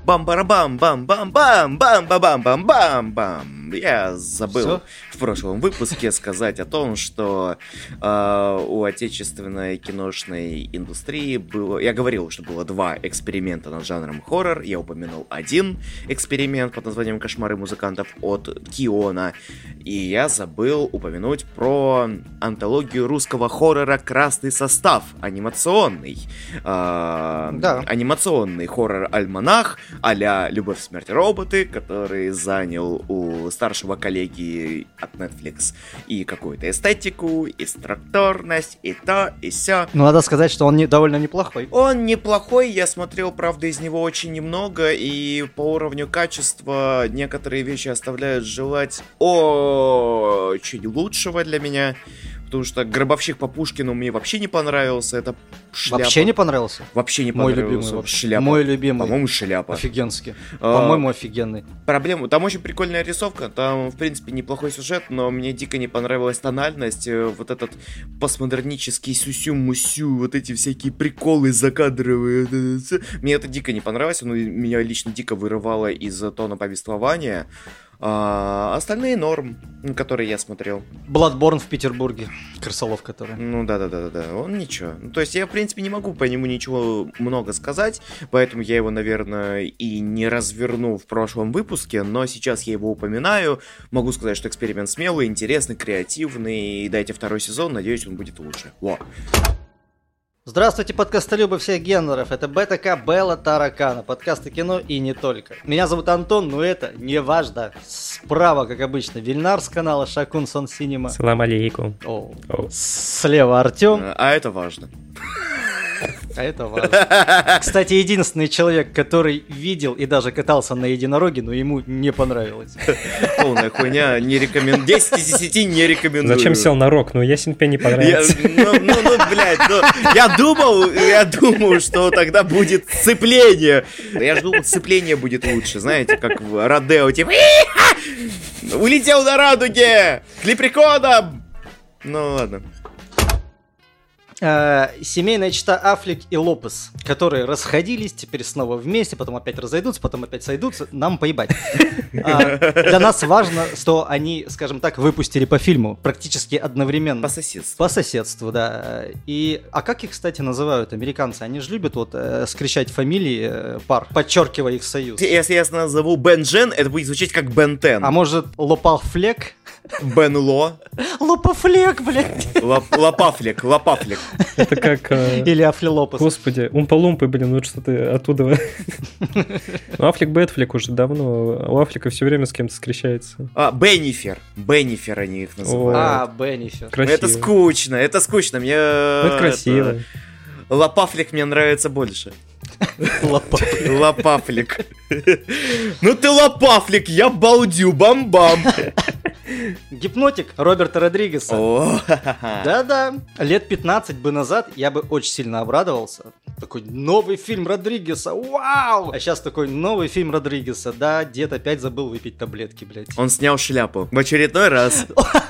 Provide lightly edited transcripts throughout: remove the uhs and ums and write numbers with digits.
Бам-бара-бам-бам-бам-бам-бам-бам-бам-бам. Я забыл в прошлом выпуске сказать о том, что у отечественной киношной индустрии было... Я говорил, что было 2 эксперимента над жанром хоррор. Я упомянул один эксперимент под названием «Кошмары музыкантов» от Киона. И я забыл упомянуть про антологию русского хоррора «Красный состав», анимационный. Анимационный хоррор-альманах а-ля «Любовь, смерть, роботы», который занял у старшего коллеги от Netflix и какую-то эстетику, и структурность, и то, и сё. Ну, надо сказать, что он довольно неплохой. Он неплохой, я смотрел, правда, из него очень немного, и по уровню качества некоторые вещи оставляют желать очень лучшего для меня. Потому что «Гробовщик» по Пушкину мне вообще не понравился. Это шляпа. Вообще не понравился? Вообще не Мой понравился. любимый. Шляпа. Мой любимый. По-моему, шляпа. Офигенский. По-моему, офигенный. Проблема. Там очень прикольная рисовка. Там, в принципе, неплохой сюжет, но мне дико не понравилась тональность. Вот этот постмодернический сюсю-мусю, вот эти всякие приколы закадровые. Мне это дико не понравилось. Оно меня лично дико вырывало из тона повествования. Остальные норм, которые я смотрел. Bloodborne в Петербурге. Крысолов, который. Ну да, он ничего. То есть я, в принципе, не могу по нему ничего много сказать, поэтому я его, наверное, и не разверну в прошлом выпуске, но сейчас я его упоминаю. Могу сказать, что эксперимент смелый, интересный, креативный, и дайте 2 сезон, надеюсь, он будет лучше. Во. Здравствуйте, подкастолюбы всех гендеров. Это БТК Белла Таракана, подкасты кино и не только. Меня зовут Антон, но это не важно. Справа, как обычно, Вильнар с канала Шакун Сон Синема. Салам алейкум. Слева Артем. А это важно. А это важно. Кстати, единственный человек, который видел и даже катался на единороге, но ему не понравилось. Полная хуйня, не рекомендую. 10 из 10 не рекомендую. Зачем сел на рок? Ну, ясен пень не понравился. Я думал, что тогда будет сцепление. Я же думал, сцепление будет лучше, знаете, как в Родео, типа улетел на радуге к лепреконам. Ну ладно. Семейная чета Аффлек и Лопес, которые расходились, теперь снова вместе, потом опять разойдутся, потом опять сойдутся, нам поебать. Для нас важно, что они, скажем так, выпустили по фильму практически одновременно. По соседству. По соседству, да. А как их, кстати, называют американцы? Они же любят вот скрещать фамилии пар, подчеркивая их союз. Если я назову Бен Джен, это будет звучать как Бен Тен. А может, Лопафлек? Бен Ло. Лопафлек, блядь. Лопафлек. Это как... Или Афлелопес. Господи, Умпа-Лумпы, блин, вот что-то оттуда. Аффлек Бэтфлек уже давно. У Аффлека все время с кем-то скрещается. Беннифер. Беннифер они их называют. Беннифер. Красиво. Это скучно. Мне... Это красиво. Лопафлек мне нравится больше. Лопафлек. Ну ты лопафлик, я балдю, бам-бам. Гипнотик Роберта Родригеса. Да-да. Лет 15 бы назад я бы очень сильно обрадовался. Такой новый фильм Родригеса, вау! А сейчас такой новый фильм Родригеса. Да, дед опять забыл выпить таблетки, блядь. Он снял шляпу в очередной раз.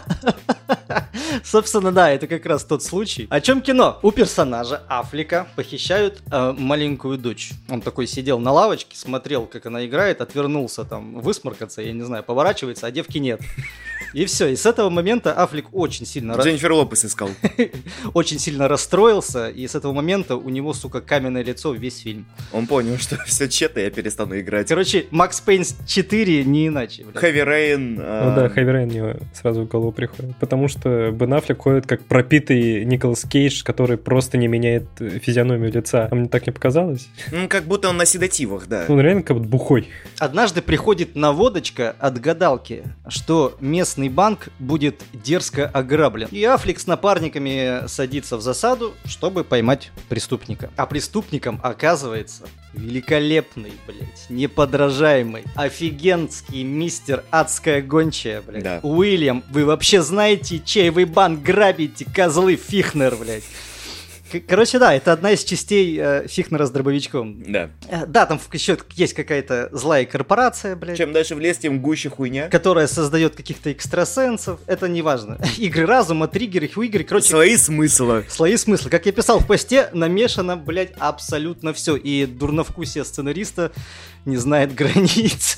Собственно, да, это как раз тот случай. О чем кино? У персонажа Аффлека похищают маленькую дочь. Он такой сидел на лавочке, смотрел, как она играет, отвернулся там высморкаться, я не знаю, поворачивается, а девки нет. И все, и с этого момента Аффлек очень сильно... Дженнифер Лопес искал. Очень сильно расстроился, и с этого момента у него, сука, каменное лицо весь фильм. Он понял, что все тщетно, я перестану играть. Короче, Макс Пейн 4 не иначе. Хэви Рейн. Ну да, Хэви Рейн мне сразу в голову приходит. Потому что Бен Аффлек ходит как пропитый Николас Кейдж, который просто не меняет физиономию лица. А мне так не показалось? Ну, как будто он на седативах, да. Он реально как будто бухой. Однажды приходит наводочка от гадалки, что местный банк будет дерзко ограблен. И Аффлек с напарниками садится в засаду, чтобы поймать преступника. А преступником оказывается великолепный, блядь, неподражаемый, офигенский мистер Адская Гончая, блядь. Да. Уильям, вы вообще знаете, чей вы банк грабите, козлы Фихнер, блядь? Короче, да, это одна из частей Фихнера с дробовичком. Да. Да, там еще есть какая-то злая корпорация, блядь. Чем дальше в лес, тем гуще хуйня. Которая создает каких-то экстрасенсов. Это не важно. Игры разума, триггеры, хуигры, короче... Слои смысла. Слои смысла. Как я писал в посте, намешано, блядь, абсолютно все. И дурновкусие сценариста не знает границ.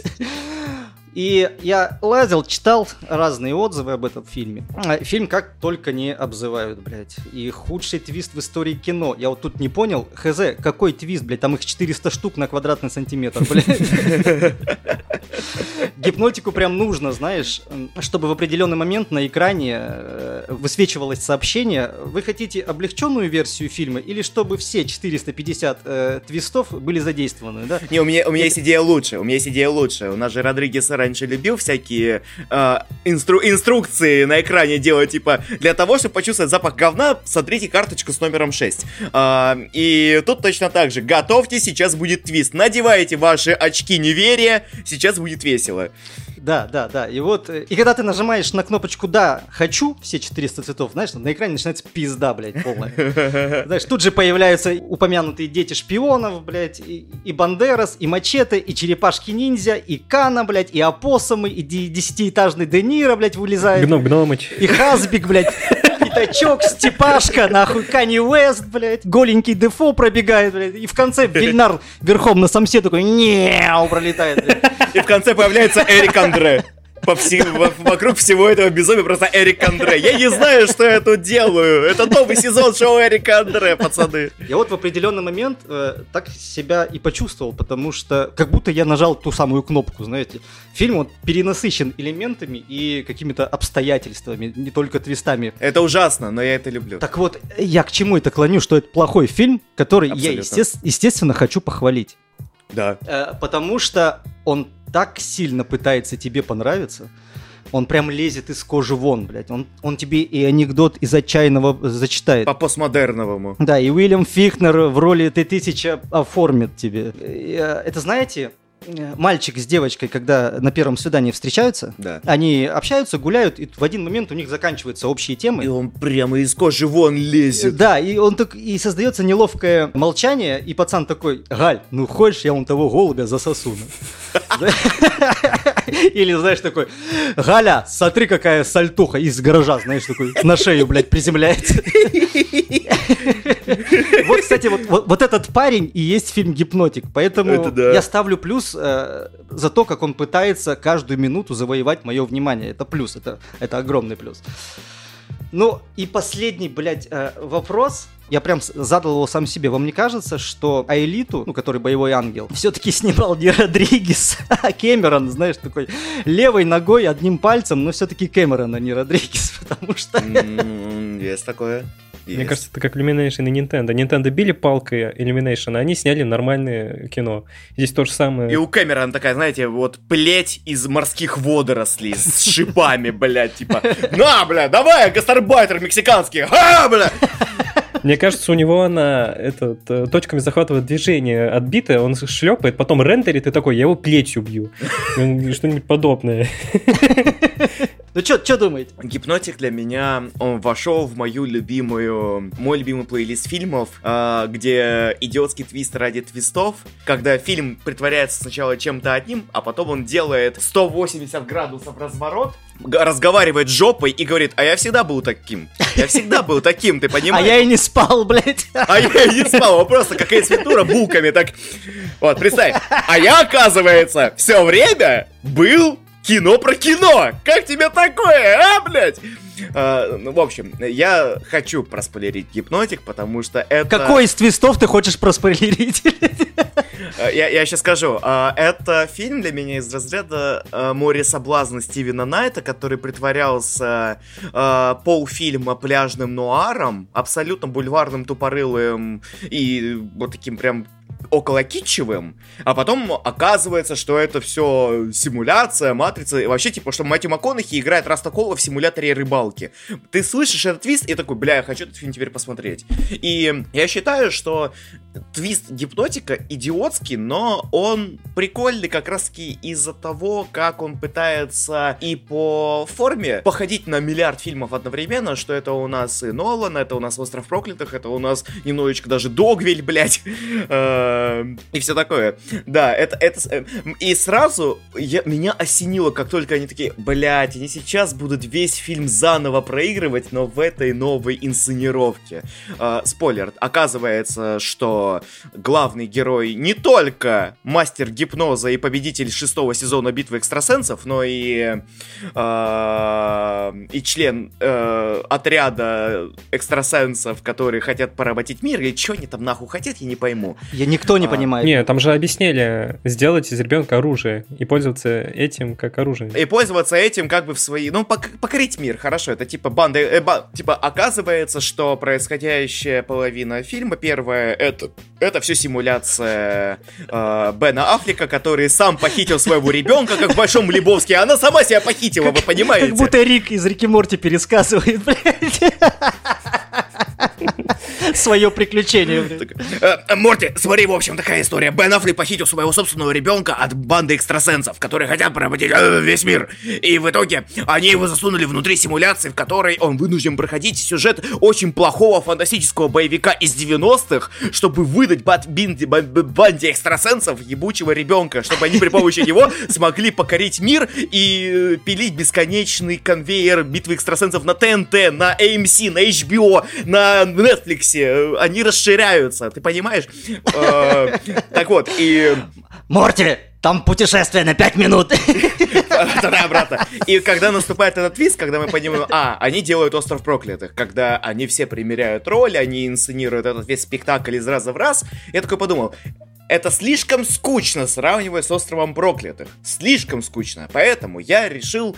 И я лазил, читал разные отзывы об этом фильме. Фильм как только не обзывают, блядь. И худший твист в истории кино. Я вот тут не понял, хз, какой твист, блядь, там их 400 штук на квадратный сантиметр, блядь. Гипнотику прям нужно, знаешь, чтобы в определенный момент на экране высвечивалось сообщение: вы хотите облегченную версию фильма или чтобы все 450 твистов были задействованы, да? Не, у меня есть идея лучше, У нас же Родригес раньше любил всякие инструкции на экране делать, типа, для того, чтобы почувствовать запах говна, смотрите карточку с номером 6. И тут точно так же. Готовьте, сейчас будет твист. Надевайте ваши очки неверия, сейчас будет весело. Да. И вот, и когда ты нажимаешь на кнопочку «Да, хочу» все 400 цветов, знаешь, на экране начинается пизда, блядь, полная. Знаешь, тут же появляются упомянутые дети шпионов, блядь, и Бандерас, и Мачете, и Черепашки-ниндзя, и Кана, блядь, и опоссумы, и 10-этажный Де Ниро, блядь, вылезает. Гномыч. И Хазбик, блядь. Пятачок, Степашка, нахуй, Канни Уэст, блядь, голенький Дефо пробегает, блядь, и в конце Вильнар верхом на самсе такой «Неу!» пролетает, блядь. И в конце появляется Эрик Андре. Вокруг всего этого безумия просто Эрик Андре. Я не знаю, что я тут делаю. Это новый сезон шоу Эрика Андре, пацаны. Я вот в определенный момент так себя и почувствовал, потому что как будто я нажал ту самую кнопку, знаете. Фильм вот перенасыщен элементами и какими-то обстоятельствами, не только твистами. Это ужасно, но я это люблю. Так вот, я к чему это клоню, что это плохой фильм, который я, естественно, хочу похвалить. Да. Потому что он так сильно пытается тебе понравиться, он прям лезет из кожи вон, блядь. Он тебе и анекдот из «Отчаянного» зачитает. По постмодерновому. Да, и Уильям Фихнер в роли Т-1000 оформит тебе. Это, знаете, мальчик с девочкой, когда на первом свидании встречаются, да. Они общаются, гуляют, и в один момент у них заканчиваются общие темы. И он прямо из кожи вон лезет. Да, и он так и создается неловкое молчание, и пацан такой: «Галь, ну хочешь, я вон того голубя засосу». Или, знаешь, такой: «Галя, смотри, какая сальтуха из гаража», знаешь, такой на шею, блядь, приземляется. Вот, кстати, вот этот парень и есть фильм «Гипнотик», поэтому я ставлю плюс за то, как он пытается каждую минуту завоевать мое внимание. Это плюс, это огромный плюс. Ну, и последний, блядь, вопрос. Я прям задал его сам себе. Вам не кажется, что Аэлиту, который боевой ангел, все-таки снимал не Родригес, а Кэмерон, знаешь, такой левой ногой, одним пальцем, но все-таки Кэмерон, а не Родригес, потому что... Есть такое. Мне кажется, это как Illumination и Nintendo. Nintendo били палкой Illumination, а они сняли нормальное кино. Здесь то же самое. И у Кэмерона такая, знаете, вот плеть из морских водорослей с шипами, блядь, типа: «На, бля, давай, гастарбайтер мексиканский, ха, бля!» Мне кажется, у него она точками захватывает движение отбитое, он шлепает, потом рендерит и такой: «Я его плетью бью». Что-нибудь подобное. Ну что думаете? «Гипнотик» для меня, он вошел в мой любимый плейлист фильмов, где идиотский твист ради твистов, когда фильм притворяется сначала чем-то одним, а потом он делает 180 градусов разворот, разговаривает жопой и говорит: «А я всегда был таким. Я всегда был таким, ты понимаешь?» А я и не спал, блядь. А я и не спал, он просто как Эйс Вентура булками так. Вот, представь. А я, оказывается, все время был кино про кино. Как тебе такое, блядь? В общем, я хочу проспойлерить «Гипнотик», потому что это... Какой из твистов ты хочешь проспойлерить? Я сейчас скажу. Это фильм для меня из разряда «Море соблазна» Стивена Найта, который притворялся полфильма пляжным нуаром, абсолютно бульварным, тупорылым и вот таким прям около китчевым, а потом оказывается, что это все симуляция, матрица, и вообще, типа, что Мэтью МакКонахи играет Растокола в симуляторе рыбалки. Ты слышишь этот твист и такой, бля, я хочу этот фильм теперь посмотреть. И я считаю, что твист Гипнотика идиотский, но он прикольный как раз-таки из-за того, как он пытается и по форме походить на миллиард фильмов одновременно, что это у нас и Нолан, это у нас Остров проклятых, это у нас немножечко даже Догвиль, блять, и все такое. Да, это и сразу меня осенило, как только они такие, блять, они сейчас будут весь фильм заново проигрывать, но в этой новой инсценировке. Спойлер, оказывается, что главный герой не только мастер гипноза и победитель 6-го сезона Битвы экстрасенсов, но и член отряда экстрасенсов, которые хотят поработить мир, и что они там нахуй хотят, я не пойму. Никто не понимает. Не, там же объясняли, сделать из ребенка оружие и пользоваться этим как оружие. И пользоваться этим как бы в свои... Ну, покорить мир, хорошо, это типа типа оказывается, что происходящая половина фильма, первая, это все симуляция Бена Аффлека, который сам похитил своего ребенка, как в Большом Лебовске, а она сама себя похитила, вы понимаете? Как будто Рик из Рик и Морти пересказывает, блядь. Свое приключение. Морти, смотри, в общем, такая история. Бен Аффлек похитил своего собственного ребенка от банды экстрасенсов, которые хотят поработить весь мир. И в итоге они его засунули внутри симуляции, в которой он вынужден проходить сюжет очень плохого фантастического боевика из 90-х, чтобы выдать банде экстрасенсов ебучего ребенка, чтобы они при помощи него смогли покорить мир и пилить бесконечный конвейер битвы экстрасенсов на ТНТ, на AMC, на HBO, на Netflix. Они расширяются, ты понимаешь? Так вот, и... Морти, там путешествие на 5 минут. Тогда обратно. И когда наступает этот твист, когда мы понимаем, они делают Остров проклятых, когда они все примеряют роли, они инсценируют этот весь спектакль из раза в раз, я такой подумал, это слишком скучно, сравнивая с Островом проклятых. Слишком скучно. Поэтому я решил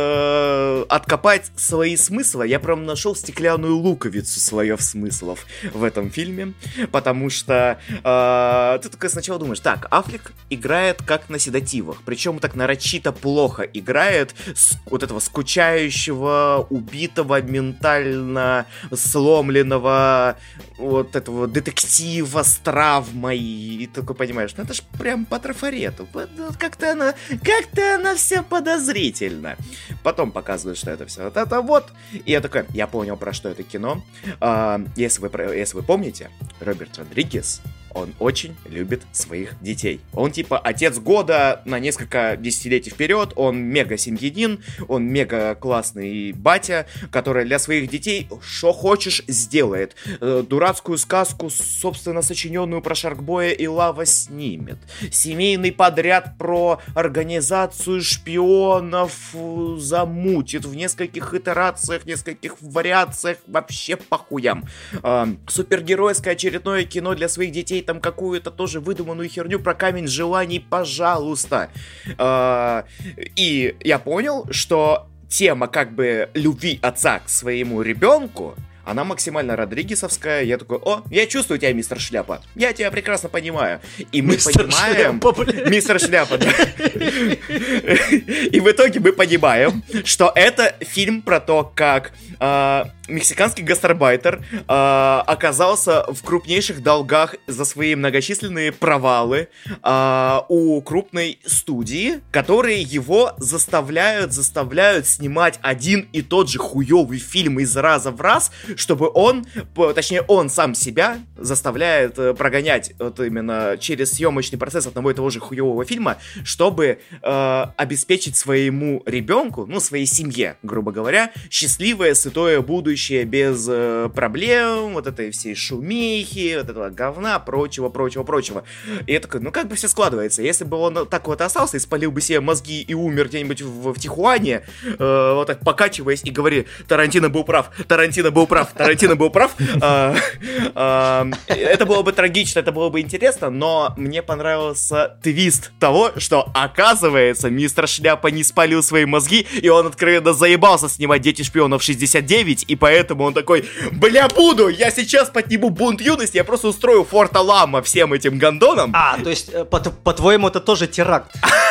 откопать свои смыслы. Я прям нашел стеклянную луковицу своих смыслов в этом фильме. Потому что ты такой сначала думаешь, так, Аффлек играет как на седативах. Причем так нарочито плохо играет вот этого скучающего, убитого, ментально сломленного вот этого детектива с травмой. И такой понимаешь, ну это ж прям по трафарету. Как-то она вся подозрительно. Потом показывают, что это все это вот. И я такой, я понял, про что это кино. Если вы помните, Роберт Родригес, он очень любит своих детей. Он типа отец года на несколько десятилетий вперед, он мега семьянин, он мега классный батя, который для своих детей что хочешь сделает. Дурацкую сказку, собственно, сочиненную про Шаркбоя и Лава снимет. Семейный подряд про организацию шпионов замутит в нескольких итерациях, нескольких вариациях, вообще по хуям. Супергеройское очередное кино для своих детей, там какую-то тоже выдуманную херню про камень желаний, пожалуйста. И я понял, что тема как бы любви отца к своему ребенку, она максимально родригесовская. Я такой, я чувствую тебя, мистер Шляпа. Я тебя прекрасно понимаю. И мы понимаем... Мистер Шляпа, да. И в итоге мы понимаем, что это фильм про то, как мексиканский гастарбайтер оказался в крупнейших долгах за свои многочисленные провалы у крупной студии, которые его заставляют снимать один и тот же хуёвый фильм из раза в раз, чтобы он сам себя заставляет прогонять вот именно через съемочный процесс одного и того же хуёвого фильма, чтобы обеспечить своему ребенку, своей семье, грубо говоря, счастливое, сытое будущее без проблем, вот этой всей шумихи, вот этого говна, прочего. И я такой, как бы все складывается. Если бы он так вот остался и спалил бы себе мозги и умер где-нибудь в Тихуане, вот так покачиваясь и говорит, Тарантино был прав. Это было бы трагично, это было бы интересно, но мне понравился твист того, что, оказывается, мистер Шляпа не спалил свои мозги, и он откровенно заебался снимать «Дети шпионов 69», и поэтому он такой, буду, я сейчас подниму бунт юности, я просто устрою Форт Аламо всем этим гондонам. То есть, по-твоему, это тоже теракт?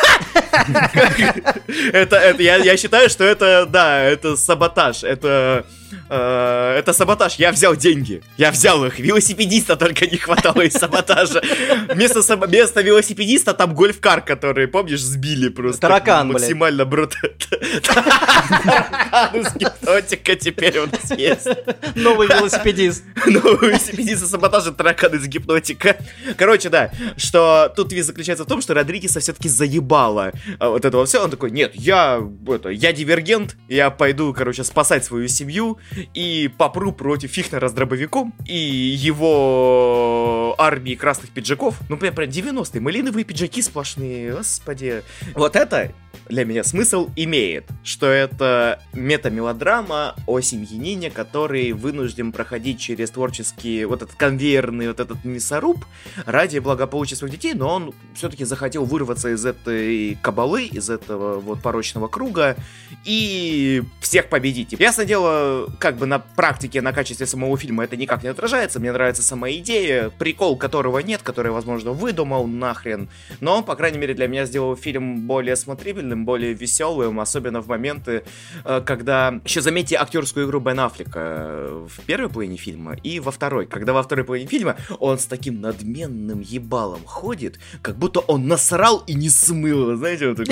Я считаю, что это саботаж, это саботаж, я взял деньги, я взял их, велосипедиста только не хватало из саботажа. Вместо велосипедиста там гольф-кар, который, помнишь, сбили просто. Таракан, максимально брутально. Таракан из Гипнотика теперь у нас есть. Новый велосипедист. Новый велосипедист и саботажа, таракан из Гипнотика. Короче, да, что тут вид заключается в том, что Родригеса все-таки заебало вот этого все. Он такой, нет, я дивергент, я пойду, спасать свою семью и попру против Фихнера с дробовиком и его армии красных пиджаков. Ну, прям 90-е, малиновые пиджаки сплошные, господи. Вот это для меня смысл имеет, что это мета-мелодрама о семьянине, который вынужден проходить через творческий вот этот конвейерный, вот этот мясоруб ради благополучия своих детей, но он все-таки захотел вырваться из этой кабалы, из этого вот порочного круга и всех победить. Ясное дело, на практике, на качестве самого фильма это никак не отражается, мне нравится сама идея, прикол которого нет, который, возможно, выдумал нахрен, но, по крайней мере, для меня сделал фильм более смотрибельным, более веселым, особенно в моменты, когда... Еще заметьте актерскую игру Бен Аффлека в первой половине фильма и во второй. Когда во второй половине фильма он с таким надменным ебалом ходит, как будто он насрал и не смыл, знаете, вот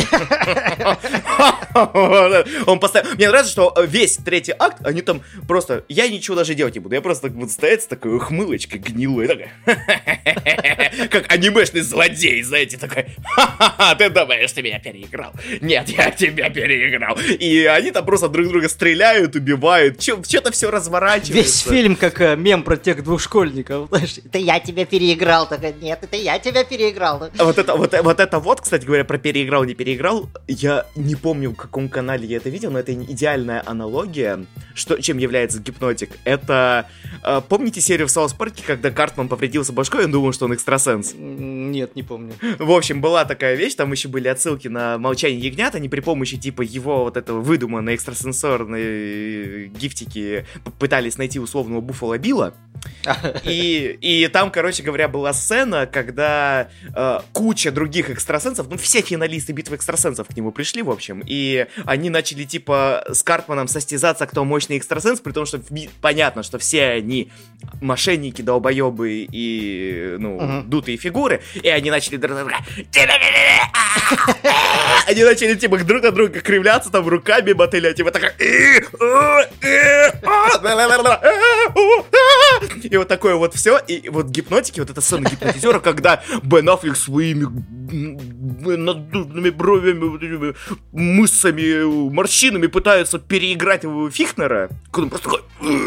он постоянно... Мне нравится, что весь третий акт, они там просто... Я ничего даже делать не буду, я просто буду стоять с такой ухмылочкой гнилой, такой... Как анимешный злодей, знаете, такой... Ты думаешь, ты меня переиграл? Нет, я тебя переиграл. И они там просто друг друга стреляют, убивают, что-то все разворачивается. Весь фильм как мем про тех двух школьников, знаешь, это я тебя переиграл, такая, нет, это я тебя переиграл. Вот это, кстати говоря, про переиграл, не переиграл, я не помню, в каком канале я это видел, но это идеальная аналогия, чем является Гипнотик. Это, помните серию в Саус Парке, когда Картман повредился башкой, и он думал, что он экстрасенс? Нет, не помню. В общем, была такая вещь, там еще были отсылки на «Молчание ягнят», они при помощи типа его вот этого выдуманной экстрасенсорной гифтики пытались найти условного Буффало Билла. И там, короче говоря, была сцена, когда куча других экстрасенсов, все финалисты битвы экстрасенсов к нему пришли, в общем, и они начали типа с Картманом состязаться, кто мощный экстрасенс, при том, что понятно, что все они мошенники, долбоебы и, дутые фигуры, и они начали они начали типа друг от друга кривляться, там руками мотылять, типа такая... И вот такое вот все. И вот Гипнотики, вот эта сцена гипнотизера, когда Бен Аффлек своими надутыми бровями, мышцами, морщинами пытается переиграть Фихнера, когда он просто такой...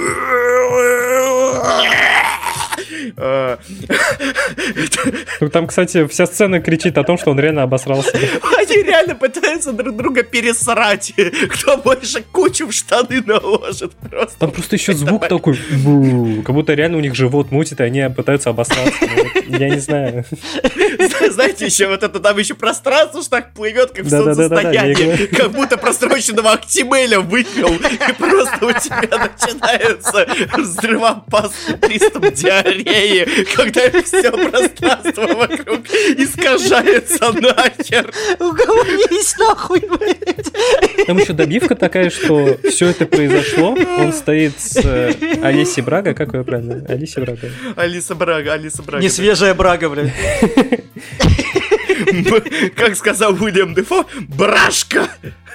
Там, кстати, вся сцена кричит о том, что он реально обосрался. Они реально пытаются друг друга пересрать. Кто больше кучу в штаны наложит просто. Там просто еще звук такой, как будто реально у них живот мутит, и они пытаются обосраться. Я не знаю. Знаете, еще вот это там еще пространство ж так плывет, как в солнцестоянии. Как будто просроченного Актимеля выпил, и просто у тебя начинается взрывоопасный приступ диареи, когда все пространство вокруг искажается нахер. Уговорись нахуй, блядь. Там еще добивка такая, что все это произошло, он стоит с Алисой Брага, как ее правильно? Алиса Брага. Не свежая Брага, блядь. Как сказал Уильям Дефо, брашка.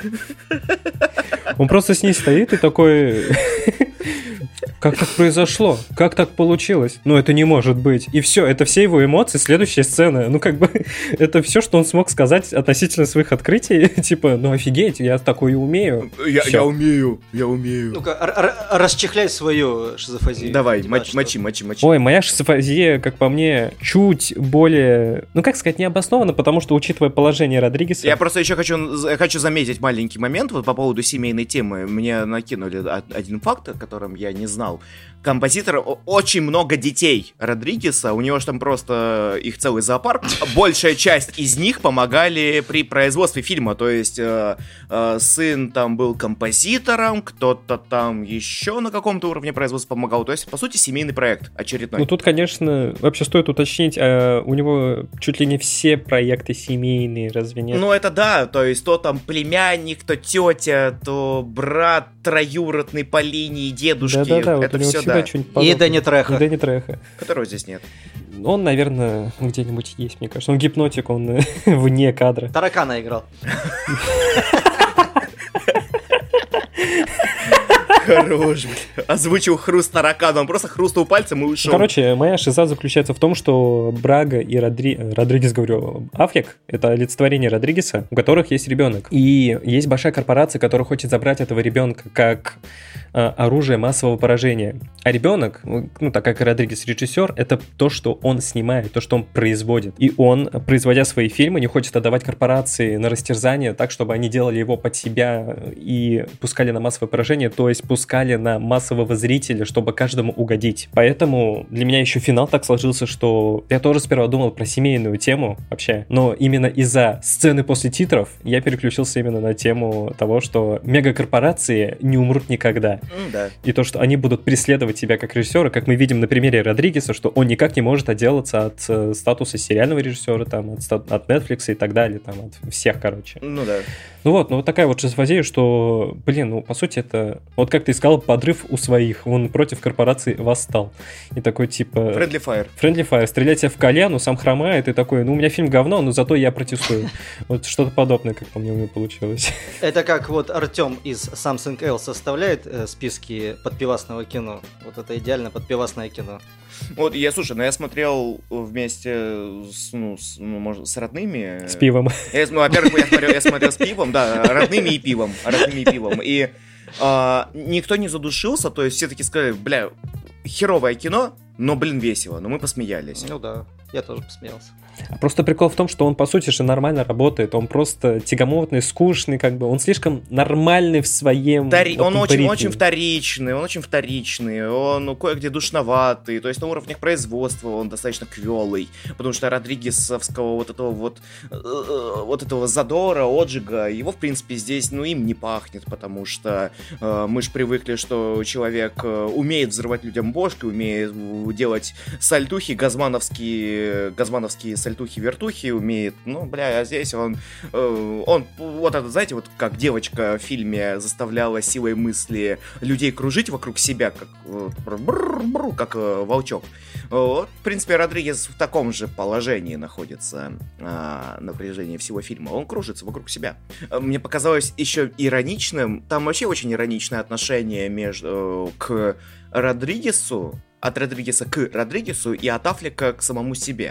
Он просто с ней стоит и такой... Как так произошло? Как так получилось? Это не может быть. И все, это все его эмоции, следующая сцена. Это все, что он смог сказать относительно своих открытий. Типа, офигеть, я такое умею. Я умею. Ну-ка, расчехляй свою шизофазию. Давай, мочи. Ой, моя шизофазия, как по мне, чуть более, необоснованно, потому что, учитывая положение Родригеса... Я просто еще хочу заметить маленький момент вот по поводу семейной темы. Мне накинули один факт, о котором я не знал. понимал. Композитор, очень много детей Родригеса, у него же там просто их целый зоопарк. Большая часть из них помогали при производстве фильма, то есть сын там был композитором, кто-то там еще на каком-то уровне производства помогал, то есть, по сути, семейный проект очередной. Ну, тут, конечно, вообще стоит уточнить, у него чуть ли не все проекты семейные, разве нет? Ну, это да, то есть, то там племянник, то тетя, то брат троюродный по линии дедушки, да-да-да, вот это все, да. И Дэнни Треха. И Дэнни Треха. Которого здесь нет. Он, наверное, где-нибудь есть, мне кажется. Он гипнотик, он вне кадра. Таракана играл. Хорош, бля. Озвучил хруст таракана, он просто хрустнул пальцем и ушел. Короче, моя шиза заключается в том, что Брага и Родригес, говорю, Аффлек — это олицетворение Родригеса, у которых есть ребенок. И есть большая корпорация, которая хочет забрать этого ребенка как оружие массового поражения. А ребенок, ну так как и Родригес режиссер, это то, что он снимает, то, что он производит. И он, производя свои фильмы, не хочет отдавать корпорации на растерзание так, чтобы они делали его под себя и пускали на массовое поражение, то есть пускали на массового зрителя, чтобы каждому угодить. Поэтому для меня еще финал так сложился, что я тоже сперва думал про семейную тему вообще, но именно из-за сцены после титров я переключился именно на тему того, что мегакорпорации не умрут никогда. Да. И то, что они будут преследовать тебя как режиссера, как мы видим на примере Родригеса, что он никак не может отделаться от статуса сериального режиссера, там, от Netflix и так далее, там, от всех, короче. Ну да. Ну вот такая вот шизофазия, что, блин, по сути это, вот как ты сказал, подрыв у своих, он против корпорации восстал. И такой типа... Friendly Fire. Стрелять тебе в колену, сам хромает, и такой, у меня фильм говно, но зато я протестую. Вот что-то подобное, как по мне, у меня получилось. Это как вот Артем из Something Else составляет списки подпивасного кино. Вот это идеально подпивасное кино. Вот, я смотрел вместе с родными. С пивом. Во-первых, я смотрел с пивом, да, родными и пивом. И никто не задушился, то есть все таки сказали, бля, херовое кино, но, весело, но мы посмеялись. Ну да, я тоже посмеялся. Просто прикол в том, что он, по сути же, нормально работает. Он просто тягомотный, скучный, как бы. Он слишком нормальный в своем... Он очень вторичный, он кое-где душноватый. То есть на уровнях производства он достаточно квелый. Потому что Родригесовского вот этого задора, отжига, его, в принципе, здесь, им не пахнет. Потому что мы же привыкли, что человек умеет взрывать людям бошки, умеет делать сальтухи, газмановские сальтухи-вертухи умеет, а здесь он вот это, знаете, вот как девочка в фильме заставляла силой мысли людей кружить вокруг себя, как волчок. Вот, в принципе, Родригес в таком же положении находится на протяжении всего фильма. Он кружится вокруг себя. Мне показалось еще ироничным, там вообще очень ироничное отношение к Родригесу, от Родригеса к Родригесу и от Аффлека к самому себе.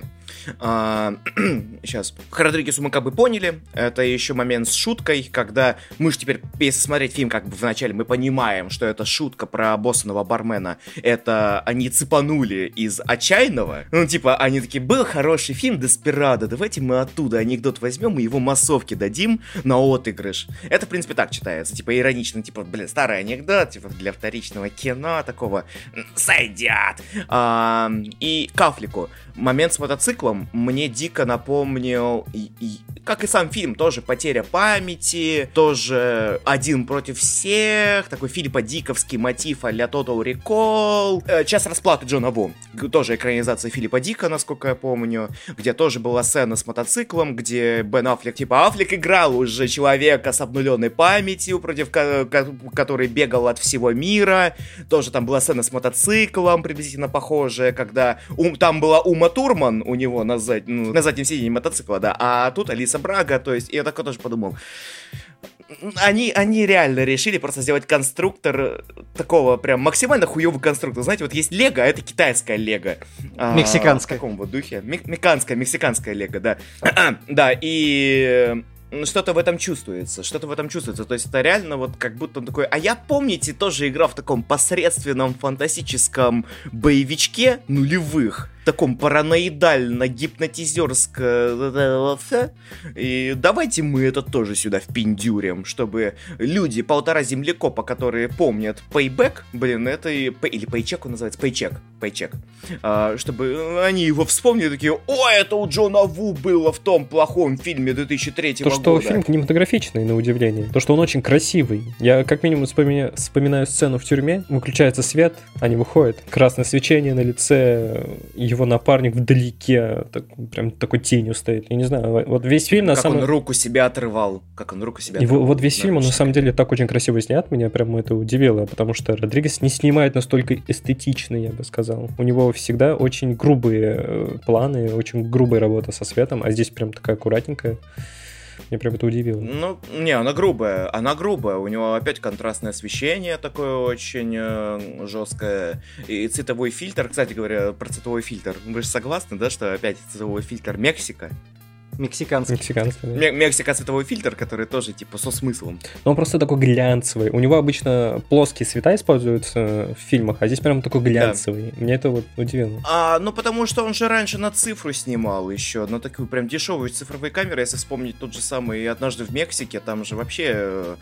Сейчас. К Родригесу мы как бы поняли. Это еще момент с шуткой, когда мы же теперь, если смотреть фильм как бы вначале, мы понимаем, что это шутка про боссаного бармена. Это они цепанули из «Отчаянного». Они такие, был хороший фильм «Деспирадо», давайте мы оттуда анекдот возьмем и его массовке дадим на отыгрыш. Это, в принципе, так читается. Иронично, старый анекдот, для вторичного кино такого. Сойдя. И к Аффлеку. Момент с мотоциклом мне дико напомнил, как и сам фильм, тоже потеря памяти, тоже один против всех, такой Филиппа Диковский мотив а-ля Total Recall. Час расплаты Джона Ву, тоже экранизация Филиппа Дика, насколько я помню, где тоже была сцена с мотоциклом, где Бен Аффлек, Аффлек играл уже человека с обнуленной памятью, против который бегал от всего мира, тоже там была сцена с мотоциклом, приблизительно похожая, когда там была Ума Турман у него на заднем сиденье мотоцикла, да, а тут Алиса Брага, то есть, я такой тоже подумал, они реально решили просто сделать конструктор такого прям максимально хуёвый конструктор. Знаете, вот есть Лего, а это китайская Лего. Мексиканская. В каком вот духе? Мексиканская Лего, да. Да, и что-то в этом чувствуется, то есть это реально вот как будто он такой, а я, помните, тоже играл в таком посредственном фантастическом боевичке нулевых, таком параноидально-гипнотизерско, и давайте мы это тоже сюда впендюрим, чтобы люди, 1,5 землекопа, которые помнят Payback, это или Paycheck он называется, Paycheck, чтобы они его вспомнили, такие, о, это у Джона Ву было в том плохом фильме 2003 года. То, что фильм кинематографичный, на удивление, то, что он очень красивый. Я как минимум вспоминаю сцену в тюрьме, выключается свет, они выходят, красное свечение на лице, его напарник вдалеке, прям такой тенью стоит. Я не знаю, вот весь фильм на самом... Как он руку себя отрывал. Вот весь фильм, он на самом деле так очень красиво снят, меня прям это удивило, потому что Родригес не снимает настолько эстетично, я бы сказал. У него всегда очень грубые планы, очень грубая работа со светом, а здесь прям такая аккуратненькая. Меня прям это удивило. Ну, не, она грубая. У него опять контрастное освещение такое очень жесткое. И цветовой фильтр, кстати говоря, про цветовой фильтр. Вы же согласны, да, что опять цветовой фильтр Мексика? Мексиканский. Да. Мексика цветовой фильтр, который тоже типа со смыслом. Но он просто такой глянцевый. У него обычно плоские цвета используются в фильмах, а здесь прям такой глянцевый. Да. Меня это вот удивило. Ну потому что он же раньше на цифру снимал еще, на такую прям дешевую цифровые камеры. Если вспомнить тот же самый «Однажды в Мексике», там же вообще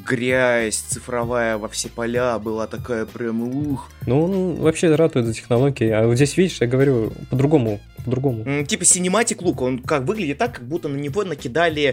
грязь цифровая во все поля была такая прям ух. Ну, он вообще ратует за технологии. А вот здесь, видишь, я говорю по-другому. Типа Cinematic Look, он как выглядит так, как будто на него накидали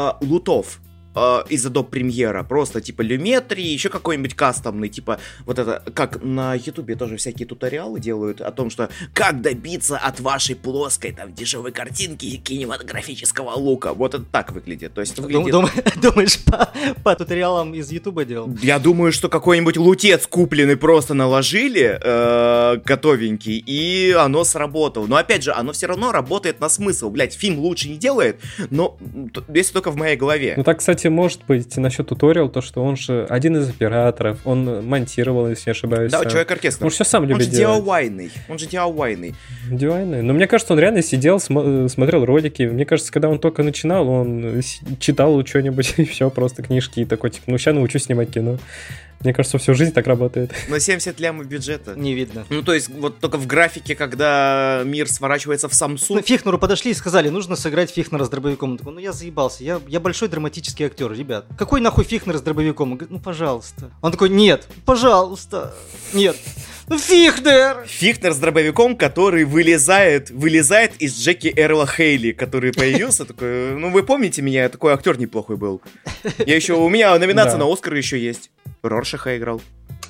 лутов из Adobe Premiere, просто типа люметрии, еще какой-нибудь кастомный, типа вот это, как на Ютубе тоже всякие туториалы делают о том, что как добиться от вашей плоской там дешевой картинки кинематографического лука. Вот это так выглядит. То есть это выглядит... Думаешь, по туториалам из Ютуба делал? Я думаю, что какой-нибудь лутец купленный просто наложили, готовенький, и оно сработало. Но опять же, оно все равно работает на смысл. Блять, фильм лучше не делает, но если только в моей голове. Ну так, кстати, может быть, насчет туториал, то, что он же один из операторов, он монтировал, если не ошибаюсь. Да, человек-оркестр. Он все сам любит делать. Он же DIY-ный. Но мне кажется, он реально сидел, смотрел ролики. Мне кажется, когда он только начинал, он читал что-нибудь, и все, просто книжки, и такой, типа, сейчас научусь снимать кино. Мне кажется, всю жизнь так работает. На 70 лямов бюджета. Не видно. Ну, то есть, вот только в графике, когда мир сворачивается в Самсу. Ну, Фихнеру подошли и сказали, нужно сыграть Фихнера с дробовиком. Он такой, я заебался, я большой драматический актер, ребят. Какой нахуй Фихнер с дробовиком? Он говорит, пожалуйста. Он такой, нет, пожалуйста, нет. Фихнер! Фихнер с дробовиком, который вылезает из Джеки Эрла Хейли, который появился. Такой, вы помните меня, я такой актер неплохой был. У меня номинация на Оскар еще есть. Роршаха играл.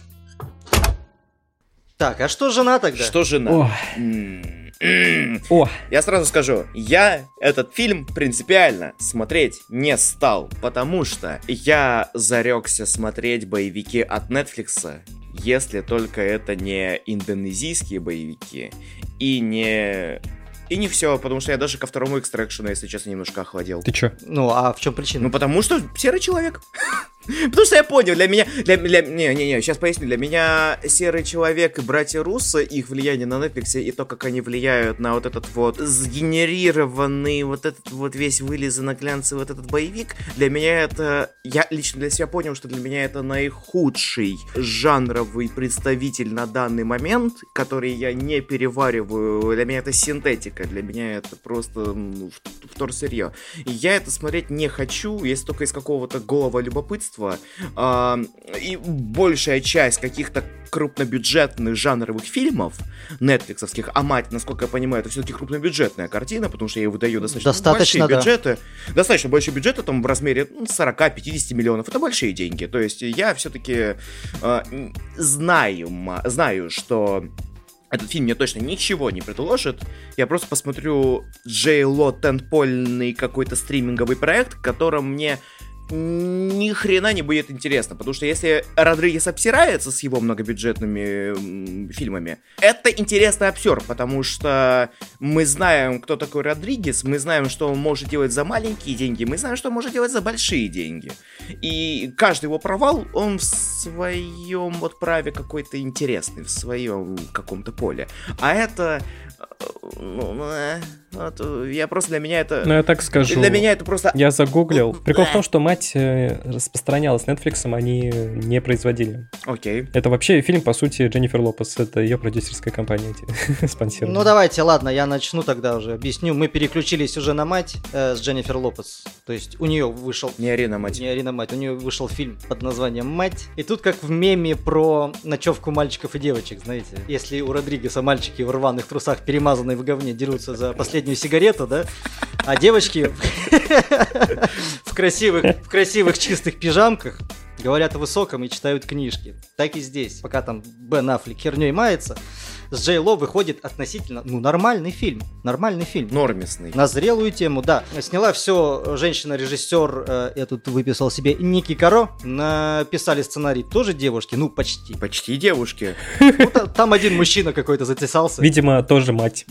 Так, а что жена тогда? Что жена? Я сразу скажу, я этот фильм принципиально смотреть не стал, потому что я зарекся смотреть боевики от Netflix, если только это не индонезийские боевики и не все, потому что я даже ко второму экстракшену, если честно, немножко охладел. Ты чё? Ну, а в чем причина? Потому что серый человек. Потому что я понял, сейчас поясню, для меня Серый Человек и Братья Руссо, их влияние на Netflix и то, как они влияют на вот этот вот сгенерированный, вот этот вот весь вылизанный глянцевый вот этот боевик, для меня это, я лично для себя понял, что для меня это наихудший жанровый представитель на данный момент, который я не перевариваю, для меня это синтетика, для меня это просто вторсырье. И я это смотреть не хочу, если только из какого-то голого любопытства. И большая часть каких-то крупнобюджетных жанровых фильмов нетфликсовских, а мать, насколько я понимаю, это все-таки крупнобюджетная картина, потому что я выдаю достаточно большие бюджеты. Достаточно большие бюджеты, там в размере 40-50 миллионов. Это большие деньги. То есть я все-таки знаю, что этот фильм мне точно ничего не предложит. Я просто посмотрю J.Lo тентпольный какой-то стриминговый проект, в котором мне ни хрена не будет интересно, потому что если Родригес обсирается с его многобюджетными фильмами, это интересный обсер, потому что мы знаем, кто такой Родригес, мы знаем, что он может делать за маленькие деньги, мы знаем, что он может делать за большие деньги. И каждый его провал, он в своем вот праве какой-то интересный, в своем каком-то поле. А это Я просто для меня это... Ну, я так скажу. Для меня это просто... Я загуглил. Прикол в том, что «Мать» распространялась Netflix, они не производили. Окей. Это вообще фильм, по сути, Дженнифер Лопес. Это ее продюсерская компания спонсирует. Ну давайте, ладно, я начну тогда уже. Объясню. Мы переключились уже на «Мать» с Дженнифер Лопес. То есть у нее вышел... Не ори на мать. Не ори на мать. У нее вышел фильм под названием «Мать». И тут как в меме про ночевку мальчиков и девочек, знаете. Если у Родригеса мальчики в рваных трусах, перемазанные в говне, дерутся за последнюю сигарету, да? А девочки в красивых чистых пижамках говорят о высоком и читают книжки. Так и здесь. Пока там Бен Аффлек херней мается, с Джей Ло выходит относительно, нормальный фильм. Нормальный фильм. Нормисный. На зрелую тему, да. Сняла все женщина-режиссер, я тут выписал себе, Ники Каро. Написали сценарий тоже девушки, почти. Почти девушки. Там один мужчина какой-то затесался. Видимо, тоже мать.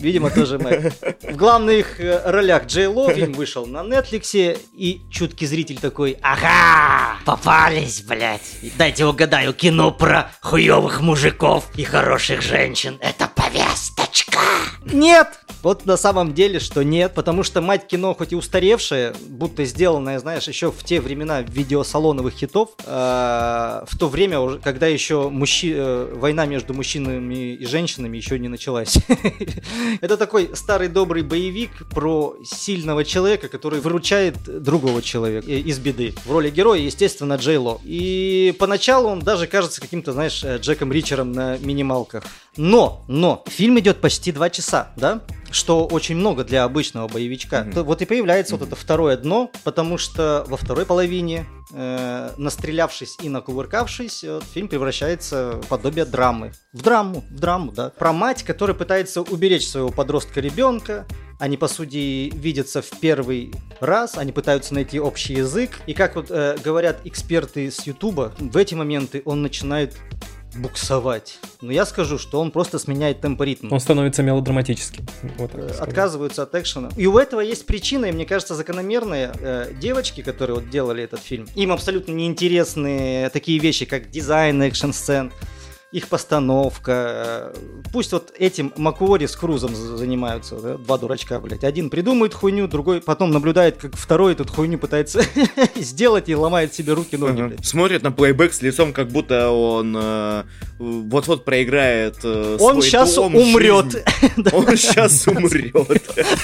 В главных ролях Джей Ло. Фильм вышел на Netflix, и чуткий зритель такой: ага, попались, блядь. Дайте угадаю, кино про хуёвых мужиков и хороших женщин. Это повесточка. Нет! Вот на самом деле, что нет, потому что «Мать» кино хоть и устаревшее, будто сделанное, знаешь, еще в те времена видеосалоновых хитов, в то время, уже, когда еще война между мужчинами и женщинами еще не началась. Это такой старый добрый боевик про сильного человека, который выручает другого человека из беды. В роли героя, естественно, Джей Ло. И поначалу он даже кажется каким-то, знаешь, Джеком Ричером на минималках. Но фильм идет почти 2 часа, да? Что очень много для обычного боевичка. Вот и появляется вот это второе дно, потому что во второй половине, настрелявшись и накувыркавшись, фильм превращается в подобие драмы. В драму, да. Про мать, которая пытается уберечь своего подростка-ребенка. Они, по сути, видятся в первый раз, они пытаются найти общий язык. И как вот говорят эксперты с Ютуба, в эти моменты он начинает буксовать. Но я скажу, что он просто сменяет темп ритма. Он становится мелодраматическим. Вот отказываются от экшена. И у этого есть причина, и мне кажется, закономерная. Девочки, которые вот делали этот фильм, им абсолютно неинтересны такие вещи, как дизайн экшн-сцен, их постановка. Пусть вот этим Макуори с Крузом занимаются, да? 2 дурачка, блядь. Один придумает хуйню, другой потом наблюдает, как второй эту хуйню пытается сделать и ломает себе руки, ноги, блядь. Смотрит на плейбэк с лицом, как будто он вот-вот проиграет он сейчас умрет. Он сейчас умрет.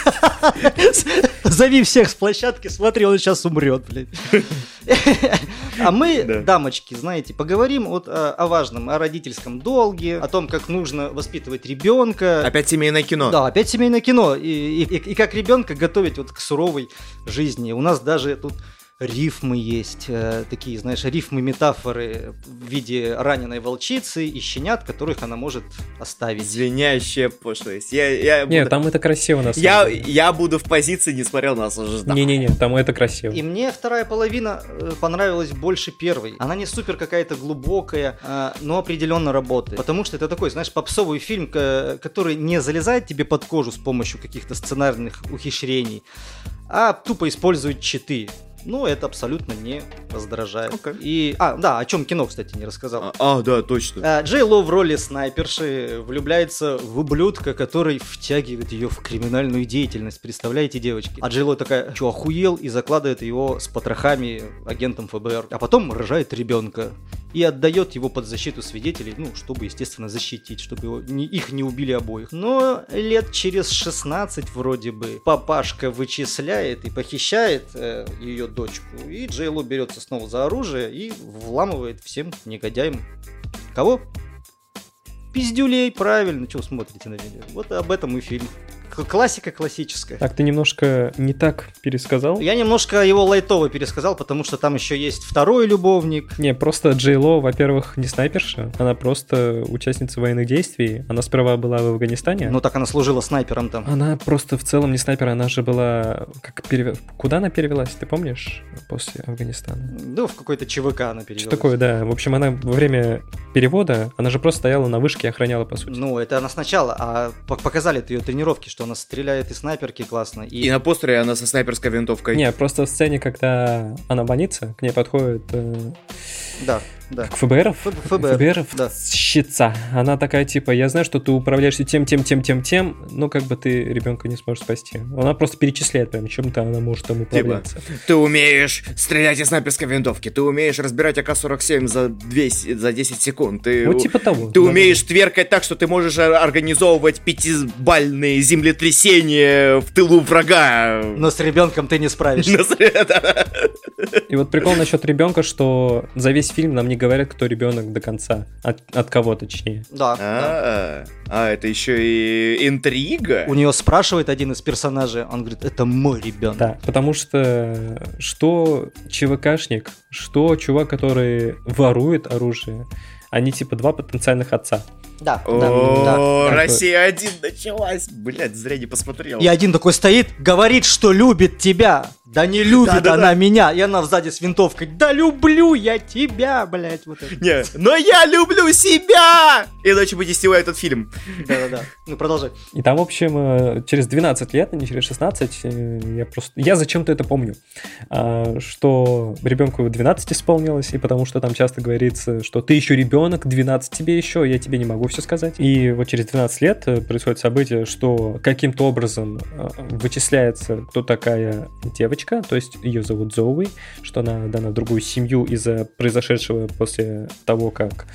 Зови всех с площадки, смотри, он сейчас умрет, блядь. А мы, дамочки, знаете, поговорим вот о важном, о родительском долге, о том, как нужно воспитывать ребенка. Опять семейное кино. Да, опять семейное кино. И как ребенка готовить вот к суровой жизни. У нас даже тут рифмы есть, такие, знаешь, рифмы-метафоры в виде раненой волчицы и щенят, которых она может оставить. Звенящая пошлость. Нет, там это красиво, на самом деле. Я буду в позиции, несмотря на осуждение. Не-не-не, там это красиво. И мне вторая половина понравилась больше первой. Она не супер какая-то глубокая, но определенно работает. Потому что это такой, знаешь, попсовый фильм, который не залезает тебе под кожу с помощью каких-то сценарных ухищрений, а тупо использует читы. Ну, это абсолютно не раздражает. Okay. И, о чем кино, кстати, не рассказал. Да, точно. Джей Ло в роли снайперши влюбляется в ублюдка, который втягивает ее в криминальную деятельность. Представляете, девочки? А Джей Ло такая: что, охуел? И закладывает его с потрохами агентом ФБР. А потом рожает ребенка и отдает его под защиту свидетелей, чтобы, естественно, защитить, чтобы их не убили обоих. Но лет через 16 вроде бы папашка вычисляет и похищает ее дочку, и Джей Ло берется снова за оружие и вламывает всем негодяям. Кого? Пиздюлей, правильно, чего смотрите на видео. Вот об этом и фильм. Классика классическая. Так, ты немножко не так пересказал? Я немножко его лайтово пересказал, потому что там еще есть второй любовник. Не, просто Джей Ло, во-первых, не снайперша, она просто участница военных действий. Она сперва была в Афганистане. Ну так она служила снайпером там. Она просто в целом не снайпер, она же была... Куда она перевелась, ты помнишь, после Афганистана? Ну, в какой-то ЧВК она перевелась. Что такое, да. В общем, она во время перевода, она же просто стояла на вышке и охраняла, по сути. Ну, это она сначала, а показали ее тренировки, что она стреляет из снайперки классно. И на постере она со снайперской винтовкой. Не, просто в сцене, когда она в больнице, к ней подходит Да. Как ФБРовщица. Она такая, типа, я знаю, что ты управляешься тем, но как бы ты ребенка не сможешь спасти. Она просто перечисляет прям, чем-то она может там управляться. Типа, ты умеешь стрелять из снайперской винтовки, ты умеешь разбирать АК-47 за 10 секунд. Вот типа того. Ты умеешь тверкать так, что ты можешь организовывать 5-бальные землетрясения в тылу врага. Но с ребенком ты не справишься. И вот прикол насчет ребенка, что за весь фильм нам не говорят, кто ребенок до конца. От кого, точнее. Да. Это еще и интрига. У нее спрашивает один из персонажей, он говорит, это мой ребенок. Да, потому что ЧВКшник, что чувак, который ворует оружие, они типа два потенциальных отца. Да. Россия-1 началась. Блять, зря не посмотрел. И один такой стоит, говорит, что любит тебя. Да не любит она меня. И она сзади с винтовкой. Да люблю я тебя, блять. Вот это. Не, но я люблю себя! Иначе бы не снимаю этот фильм. Да. Ну, продолжай. И там, в общем, через 12 лет, а не через 16, я зачем-то это помню, что ребенку 12 исполнилось, и потому что там часто говорится, что ты еще ребенок, 12 тебе еще, я тебе не могу все сказать. И вот через 12 лет происходит событие, что каким-то образом вычисляется, кто такая девочка, то есть ее зовут Зоуи, что она дана в другую семью из-за произошедшего после того, как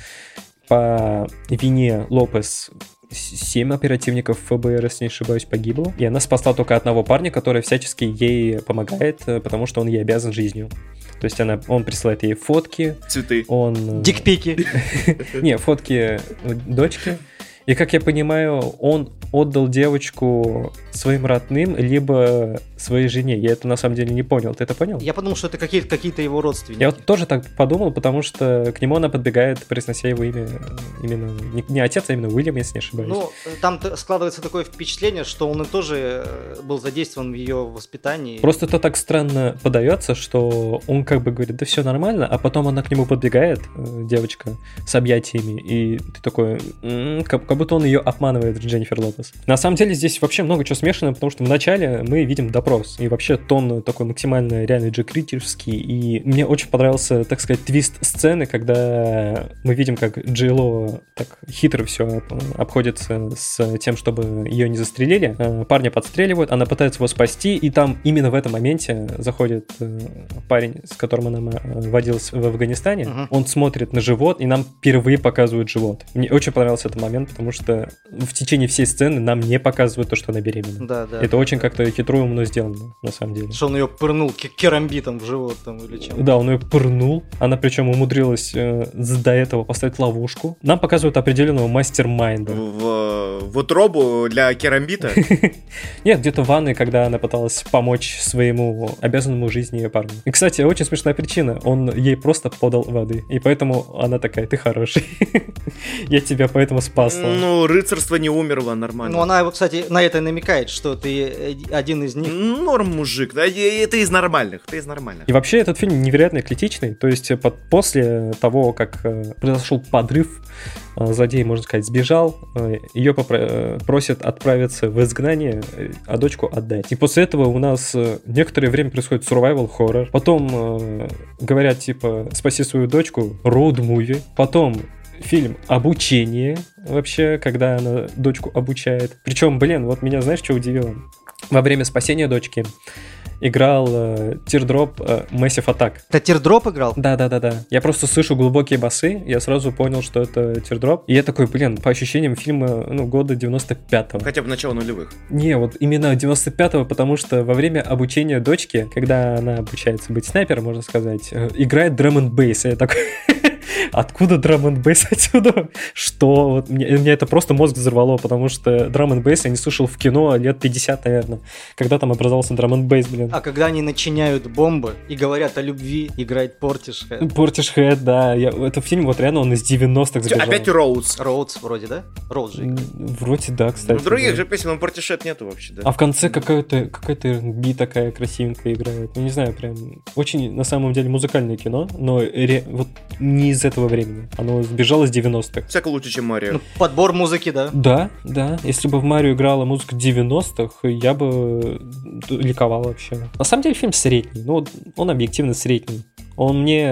по вине Лопес 7 оперативников ФБР, если не ошибаюсь, погибло. И она спасла только одного парня, который всячески ей помогает, потому что он ей обязан жизнью. То есть он присылает ей фотки. Цветы. Дикпики. Не, фотки дочки. И, как я понимаю, он отдал девочку своим родным, либо своей жене. Я это на самом деле не понял. Ты это понял? Я подумал, что это какие-то его родственники. Я вот тоже так подумал, потому что к нему она подбегает, произнося его имя. Именно не отец, а именно Уильям, если не ошибаюсь. Ну, там складывается такое впечатление, что он и тоже был задействован в ее воспитании. Просто это так странно подается, что он как бы говорит, да все нормально, а потом она к нему подбегает, девочка, с объятиями, и ты такой, как будто он ее обманывает, Дженнифер Лопес. На самом деле здесь вообще много чего смешано, потому что вначале мы видим допрос, и вообще тон такой максимально реально Джек Ричерский, и мне очень понравился, так сказать, твист сцены, когда мы видим, как Джей Ло так хитро все обходится с тем, чтобы ее не застрелили. Парня подстреливают, она пытается его спасти, и там именно в этом моменте заходит парень, с которым она водилась в Афганистане, он смотрит на живот, и нам впервые показывают живот. Мне очень понравился этот момент, потому что в течение всей сцены нам не показывают то, что она беременна. Да. Это очень как-то хитро и умно сделано, на самом деле. Что он ее пырнул керамбитом в живот там или чем? Да, он ее пырнул. Она причем умудрилась до этого поставить ловушку. Нам показывают определенного мастер-майнда. В утробу для керамбита? Нет, где-то в ванной, когда она пыталась помочь своему обязанному жизни парню. И, кстати, очень смешная причина. Он ей просто подал воды. И поэтому она такая, ты хороший. Я тебя поэтому спасла. Ну, рыцарство не умерло, нормально. Ну, она, кстати, на это намекает, что ты один из них. Норм, мужик. Это из нормальных. И вообще этот фильм невероятно эклектичный. То есть после того, как произошел подрыв, злодей, можно сказать, сбежал, ее просят отправиться в изгнание, а дочку отдать. И после этого у нас некоторое время происходит survival horror. Потом говорят, типа, спаси свою дочку, road movie. Потом фильм «Обучение», вообще, когда она дочку обучает. Причем, вот меня, знаешь, что удивило? Во время спасения дочки играл Teardrop Massive Attack. Это Teardrop играл? Да. Я просто слышу глубокие басы, я сразу понял, что это Teardrop. И я такой, по ощущениям фильма, года 95-го. Хотя бы начало нулевых. Не, вот именно 95-го, потому что во время обучения дочки, когда она обучается быть снайпером, можно сказать, играет Drum and Bass. И я такой... Откуда Drum and Bass отсюда? Что? Вот мне это просто мозг взорвало, потому что Drum and Bass я не слышал в кино лет 50, наверное. Когда там образовался Drum and Bass, А когда они начиняют бомбы и говорят о любви, играет Portishead. Portishead, да. Это фильм, вот реально он из 90-х забежал. Опять Роудс. Роудс вроде, да? Роудс же играет. Вроде да, кстати. Ну, других же песен, Portishead нету вообще, да. А в конце какая-то R&B такая красивенькая играет. Ну, не знаю, прям очень, на самом деле, музыкальное кино, но вот не из этого времени. Оно сбежало с 90-х. Всяко лучше, чем Марио. Ну, подбор музыки, да? Да. Если бы в Марио играла музыка 90-х, я бы ликовал вообще. На самом деле фильм средний. Он объективно средний. Он мне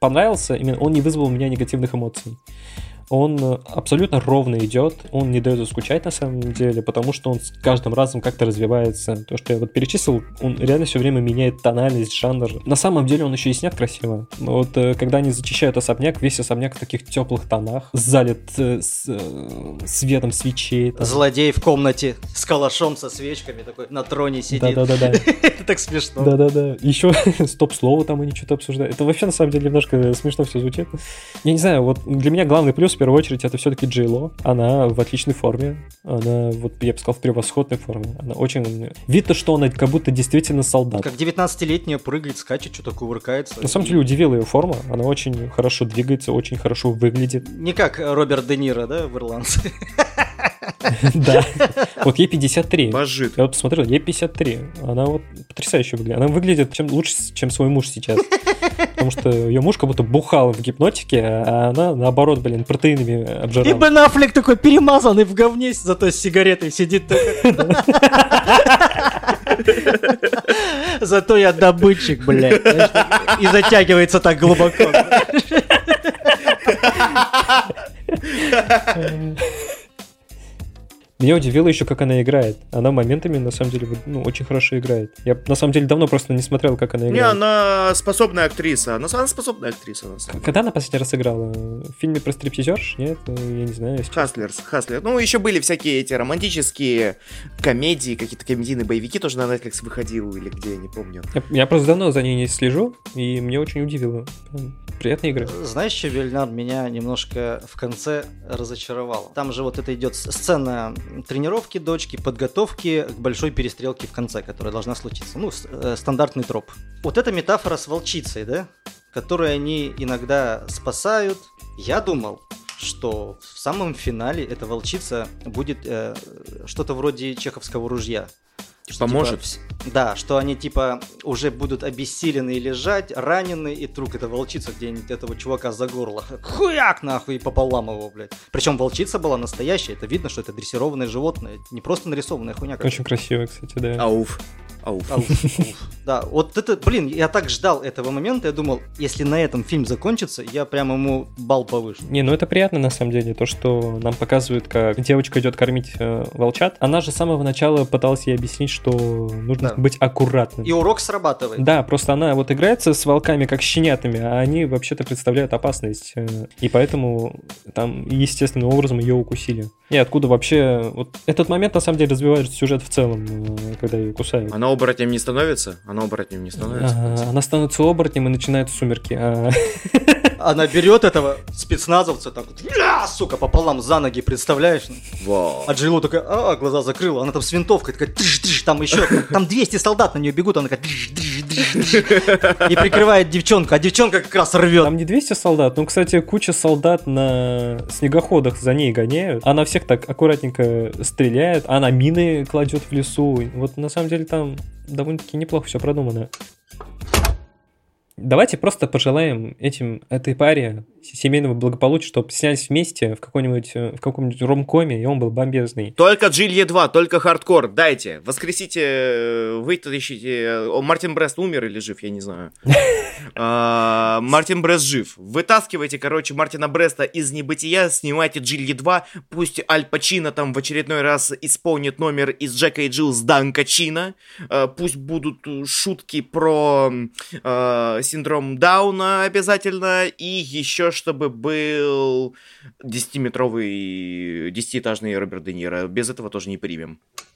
понравился, именно он не вызвал у меня негативных эмоций. Он абсолютно ровно идет, он не дает заскучать на самом деле, потому что он с каждым разом как-то развивается. То, что я вот перечислил, он реально все время меняет тональность, жанр. На самом деле он еще и снят красиво. Вот когда они зачищают особняк, весь особняк в таких теплых тонах, залит светом свечей. Там. Злодей в комнате с калашом, со свечками, такой на троне сидит. Да-да-да. Это так смешно. Да-да-да. Еще стоп-слово там они что-то обсуждают. Это вообще на самом деле немножко смешно все звучит. Я не знаю, вот для меня главный плюс в первую очередь, это все-таки Джей Ло. Она в отличной форме. Она, вот я бы сказал, в превосходной форме. Она очень... Видно, что она как будто действительно солдат. Как 19-летняя прыгает, скачет, что-то кувыркается. На самом деле удивила ее форма. Она очень хорошо двигается, очень хорошо выглядит. Не как Роберт Де Ниро, да, в «Ирландце». Да. Вот ей 53. Божит. Я вот посмотрел, ей 53. Она вот потрясающе выглядит. Она выглядит лучше, чем свой муж сейчас. Потому что ее муж как будто бухал в гипнотике, а она, наоборот, протеинами обжирала. И Бен Аффлек такой перемазанный в говне, зато с сигаретой сидит. Зато я добытчик, блядь. И затягивается так глубоко. Меня удивило еще, как она играет. Она моментами, на самом деле, очень хорошо играет. Я, на самом деле, давно просто не смотрел, как она играет. Не, она способная актриса. Она способная актриса, на самом деле. Когда она последний раз играла? В фильме про стриптизерш? Нет? Я не знаю. Хаслерс. Ну, еще были всякие эти романтические комедии, какие-то комедийные боевики тоже на Netflix выходил, или где, я не помню. Я просто давно за ней не слежу, и мне очень удивило. Приятная игра. Знаешь, что, Вильнар, меня немножко в конце разочаровало. Там же вот это идет сцена тренировки дочки, подготовки к большой перестрелке в конце, которая должна случиться. Ну, стандартный троп. Вот эта метафора с волчицей, да, которую они иногда спасают. Я думал, что в самом финале эта волчица будет что-то вроде чеховского ружья. Поможет? Типа, да, что они типа уже будут обессилены и лежать, ранены, и вдруг эта волчица где-нибудь этого чувака за горло хуяк нахуй и пополам его, блядь. Причем волчица была настоящая, это видно, что это дрессированное животное, не просто нарисованная хуйня. Очень красиво, кстати, да. Ауф. Да, вот это, блин, я так ждал этого момента, я думал, если на этом фильм закончится, я прям ему балл повышу. Не, ну это приятно на самом деле, то, что нам показывают, как девочка идет кормить волчат. Она же с самого начала пыталась ей объяснить, что нужно быть аккуратным. И урок срабатывает. Да, просто она вот играется с волками как с щенятами, а они вообще-то представляют опасность. И поэтому там естественным образом ее укусили. И откуда вообще... Вот этот момент на самом деле развивает сюжет в целом, когда ее кусают. Она оборотнем не становится? Она становится оборотнем и начинаются сумерки. Она берет этого спецназовца так вот, сука, пополам за ноги, представляешь? Вау. А Джейло такая, глаза закрыла, она там с винтовкой такая, там еще, там 200 солдат на нее бегут, она такая, и прикрывает девчонку, а девчонка как раз рвет. Там не 200 солдат, ну, кстати, куча солдат на снегоходах за ней гоняют. Она всех так аккуратненько стреляет, она мины кладет в лесу. Вот на самом деле там довольно-таки неплохо все продумано. Давайте просто пожелаем этой паре семейного благополучия, чтобы снялись вместе в каком-нибудь ромкоме, и он был бомбезный. Только Джилье 2, только хардкор, дайте. Воскресите, вытащите. Мартин Брест умер или жив, я не знаю. Мартин Брест жив. Вытаскивайте, Мартина Бреста из небытия, снимайте Джилье 2, пусть Аль Пачино там в очередной раз исполнит номер из Джека и Джилл с Данка Чина. Пусть будут шутки про синдром Дауна обязательно, и еще чтобы был 10-этажный Роберт Де Ниро. Без этого тоже не примем.